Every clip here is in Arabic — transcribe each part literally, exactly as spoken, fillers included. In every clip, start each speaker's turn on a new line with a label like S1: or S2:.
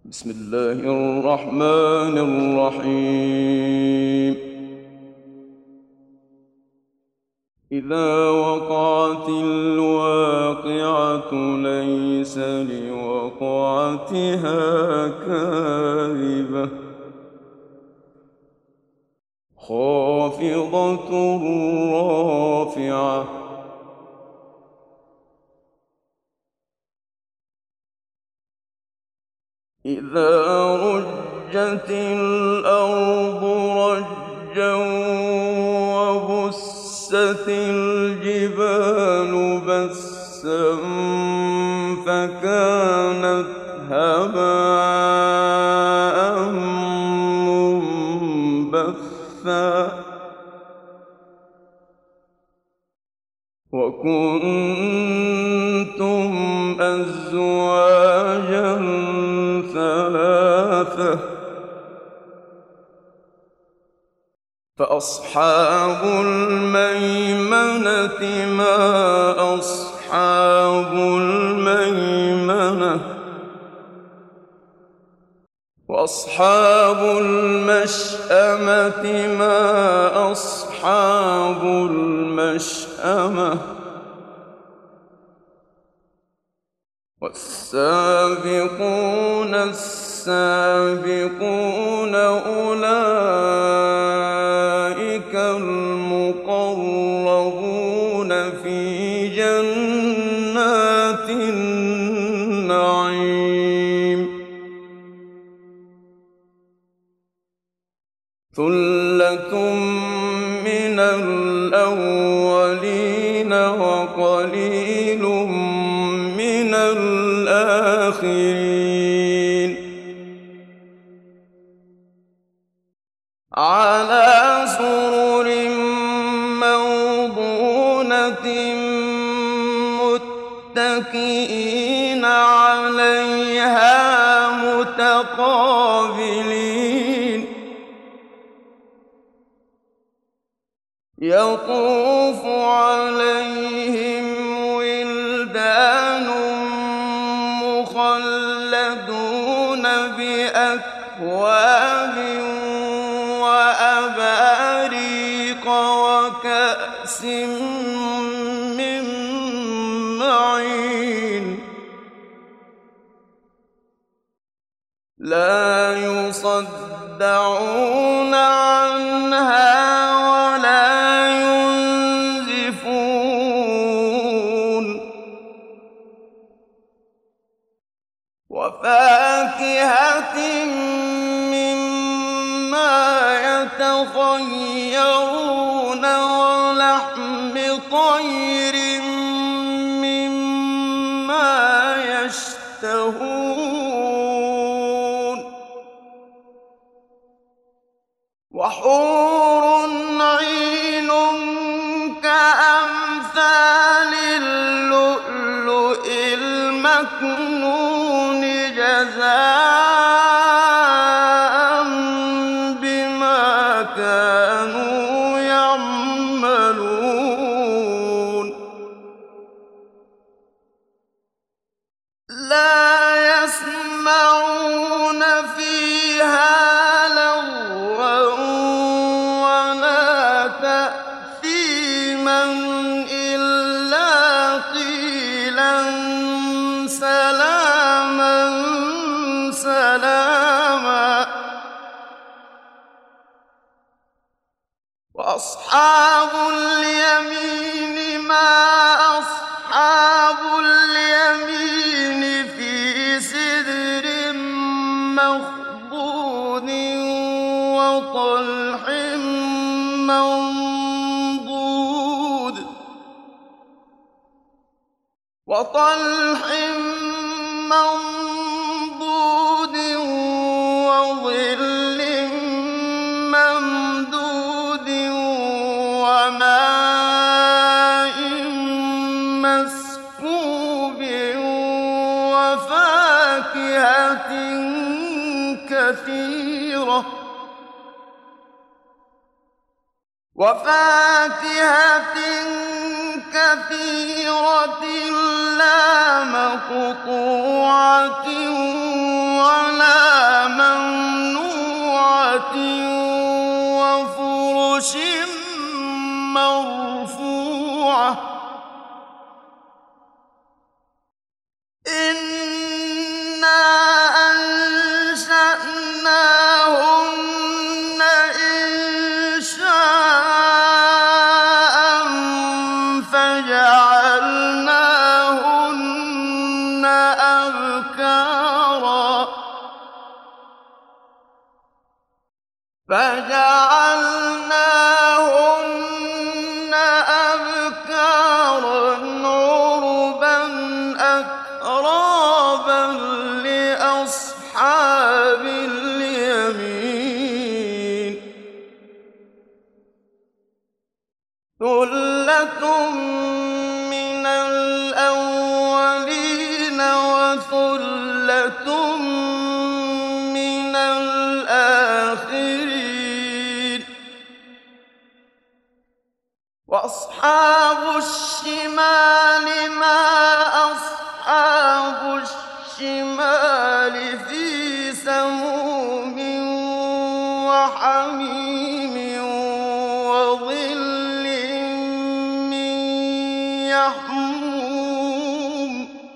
S1: بسم الله الرحمن الرحيم. إذا وقعت الواقعة ليس لوقعتها كاذبة خافضة رافعة إذا رجت الأرض رجا وبست الجبال بسا فكانت هباء منبثا وكنتم أزواجا ثلاثة فأصحاب الميمنة ما أصحاب الميمنة وأصحاب المشأمة ما أصحاب المشأمة والسابقون السابقون أولئك المقربون في جنات النعيم ثلة من الأولين وقليل من الآخرين على سرر موضونة متكئين عليها متقابلين يطوف عليهم ولدان مخلدون بأكواب وأباريق وكأس من معين لا يصدعون عنها ولا ينزفون وفاكهة مما يتخيرون ولحم طير مما يشتهون وحور عين كأمثال اللؤلؤ المكنون جزاء بما كانوا يعملون لا يسمعون فيها لغوا ولا تأثيما إلا قيلا سلاما سلاما وأصحاب اليمين ما أصحاب اليمين في سدر مخضود وطلح منضود وطلح منضود وظل ممدود وماء مسكوب وفاكهة كثيرة وفاكهة كثيرة لا مقطوعة ولا فجعلناهن أبكارا عربا أترابا لأصحاب اليمين ثلة من الأولين وثلة من الآخرين وأصحاب الشمال ما أصحاب الشمال في سموم وحميم وظل من يحموم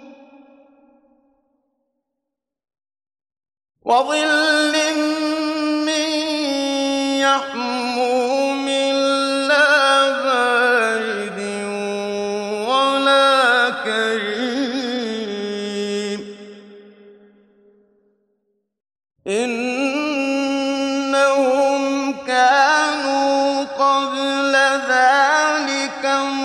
S1: وظل من يحموم لا بارد ولا كريم إنهم كانوا قبل ذلك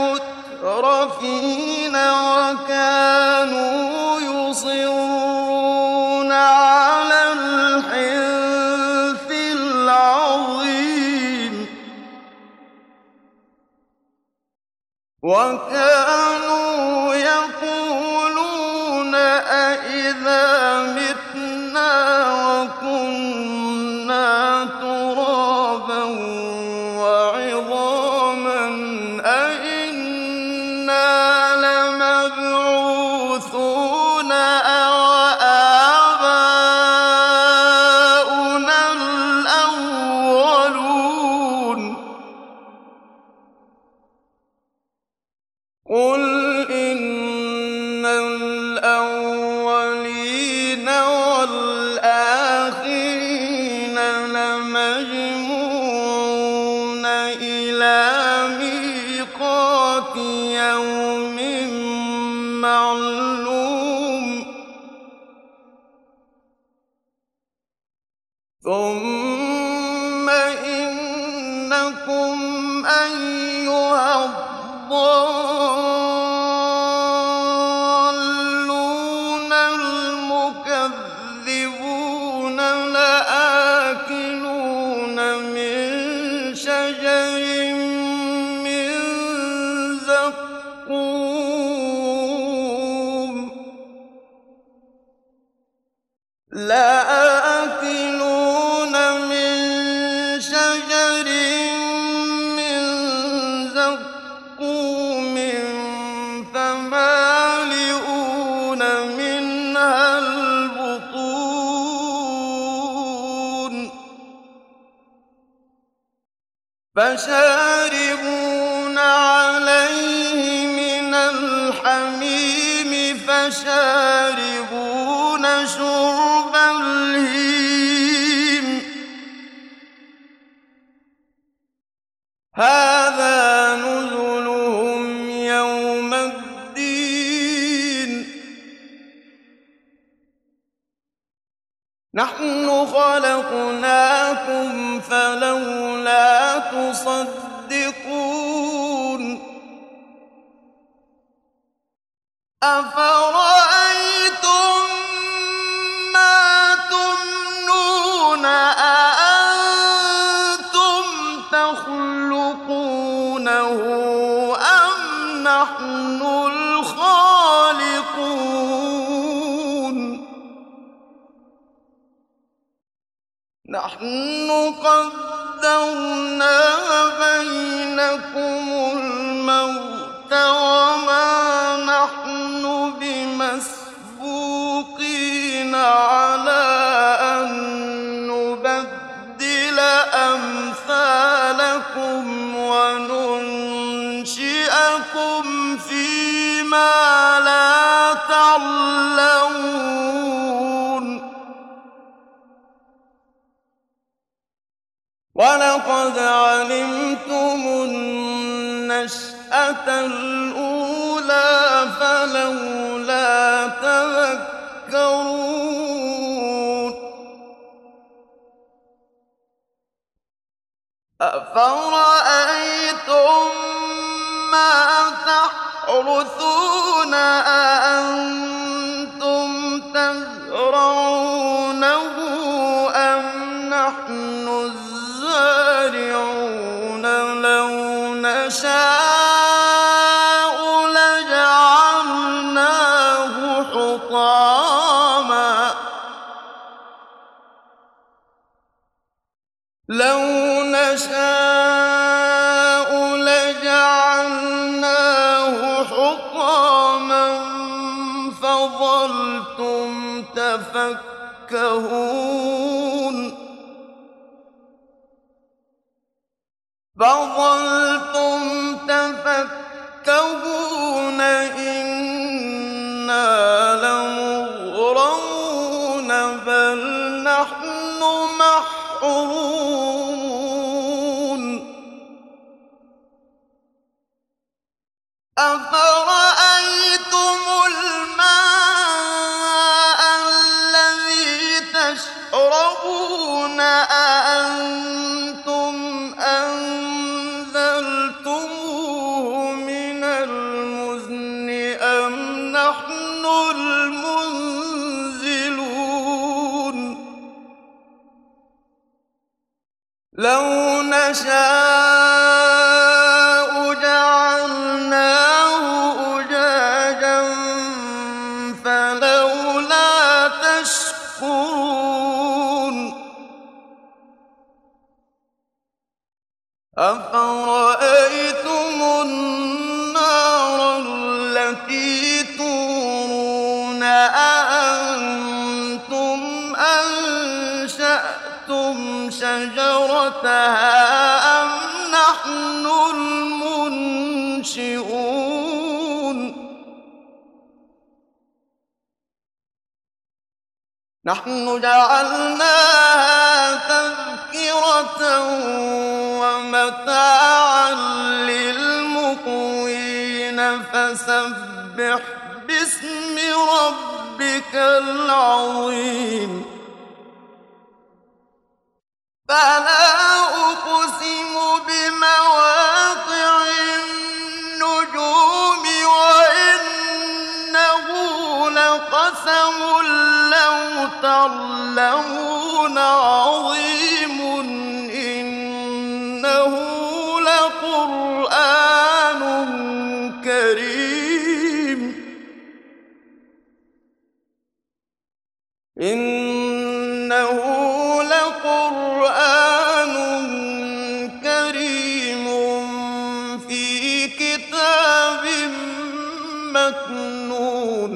S1: مترفين وكانوا يصرون على الحنث العظيم وكانوا يقولون أئذا متنا وكنا ترابا وعظاما أئنا لمبعوثون أو آباؤنا الأولون قل إن الأولين والآخرين لمجموعون إلى ميقات يوم معلوم ثم إنكم أيها الضالون المكذبون لآكلون من شجر من زقوم لآكلون من شجر من زقوم فمالئون منها البطون فشاربون عليه من الحميم فشاربون شرب الهيم هذا نزلهم يوم الدين نحن خلقناكم فلولا تصدقون أفرأيتم ما تمنون أأنتم تخلقونه أم نحن الخالقون نحن قدرنا بينكم الموت وما نحن بمسبوقين على أن نبدل أمثالكم وننشئكم فيما لا تعلمون ولقد علمتم النشأة الأولى فلولا تذكرون أفرأيتم ما تحرثون أأنتم تزرعونه أم نحن الزارعون لو نشاء لجعلناه حطاما لو نشاء لجعلناه حطاما فظلتم تفكهون فظلتم تفكهون إنا لمغرمون بل نحن محرومون أفرأيتم الماء الذي تشربون أأنتم أنزلتموه من المزن أم نحن المنزلون لو نشاء جعلناه أجاجا فلولا تشكرون أفرأيتم النار التي تورون أأنتم أنشأتم شجرتها أم نحن المنشئون نحن جعلناها تذكرة ومتاعا للمقوين فسبح باسم ربك العظيم فلا أقسم بمواقع النجوم وإنه لقسم لو تعلمون عظيم إنه لقرآن كريم إنه لقرآن كريم في كتاب مكنون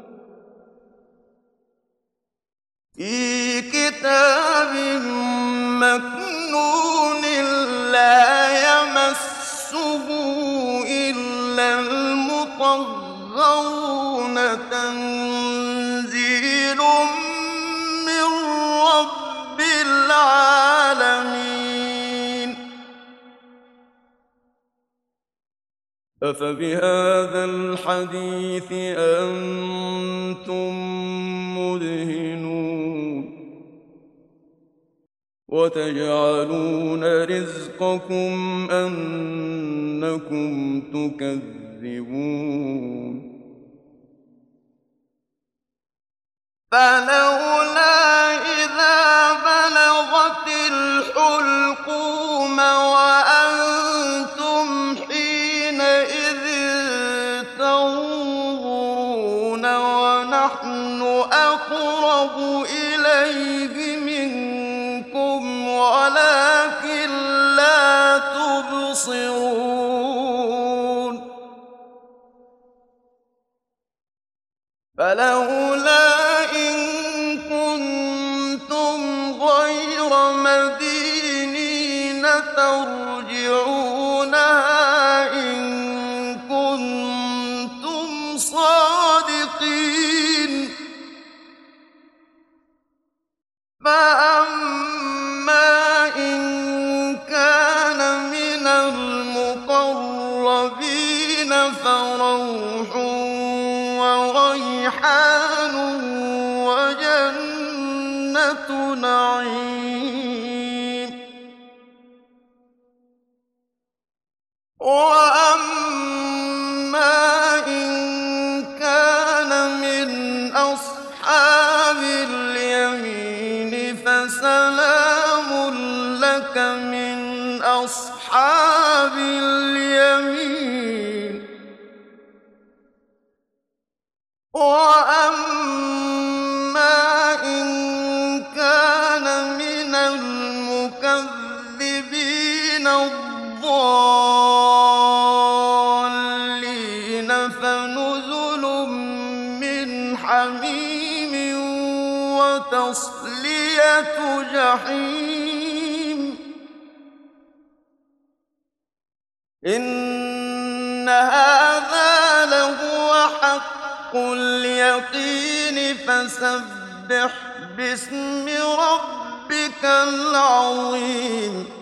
S1: في كتاب مكنون لا يمسه إلا المطهرون تنزيل من رب العالمين أفبهذا الحديث أنتم مدهنون وتجعلون رزقكم أنكم تكذبون فلولا إذا بلغت الحلقوم وأنتم حينئذ تنظرون ونحن أقرب إليه منكم ولكن لا تبصرون فلولا إن كنتم غير مدينين ترجعونها إن كنتم صادقين فأما إن كان من المقربين فروح وريحان وجنة نعيم أَصْحَابِ الْيَمِينِ وَأَمَّا إِن كَانَ مِنَ الْمُكَذِّبِينَ الضَّالِّينَ فَنُزُلٌ مِّنْ حَمِيمٍ وَتَصْلِيَةُ جَحِيمٍ إِنَّ هَٰذَا لَهُوَ حَقُّ الْيَقِينِ فَسَبِّحْ بِاسْمِ رَبِّكَ الْعَظِيمِ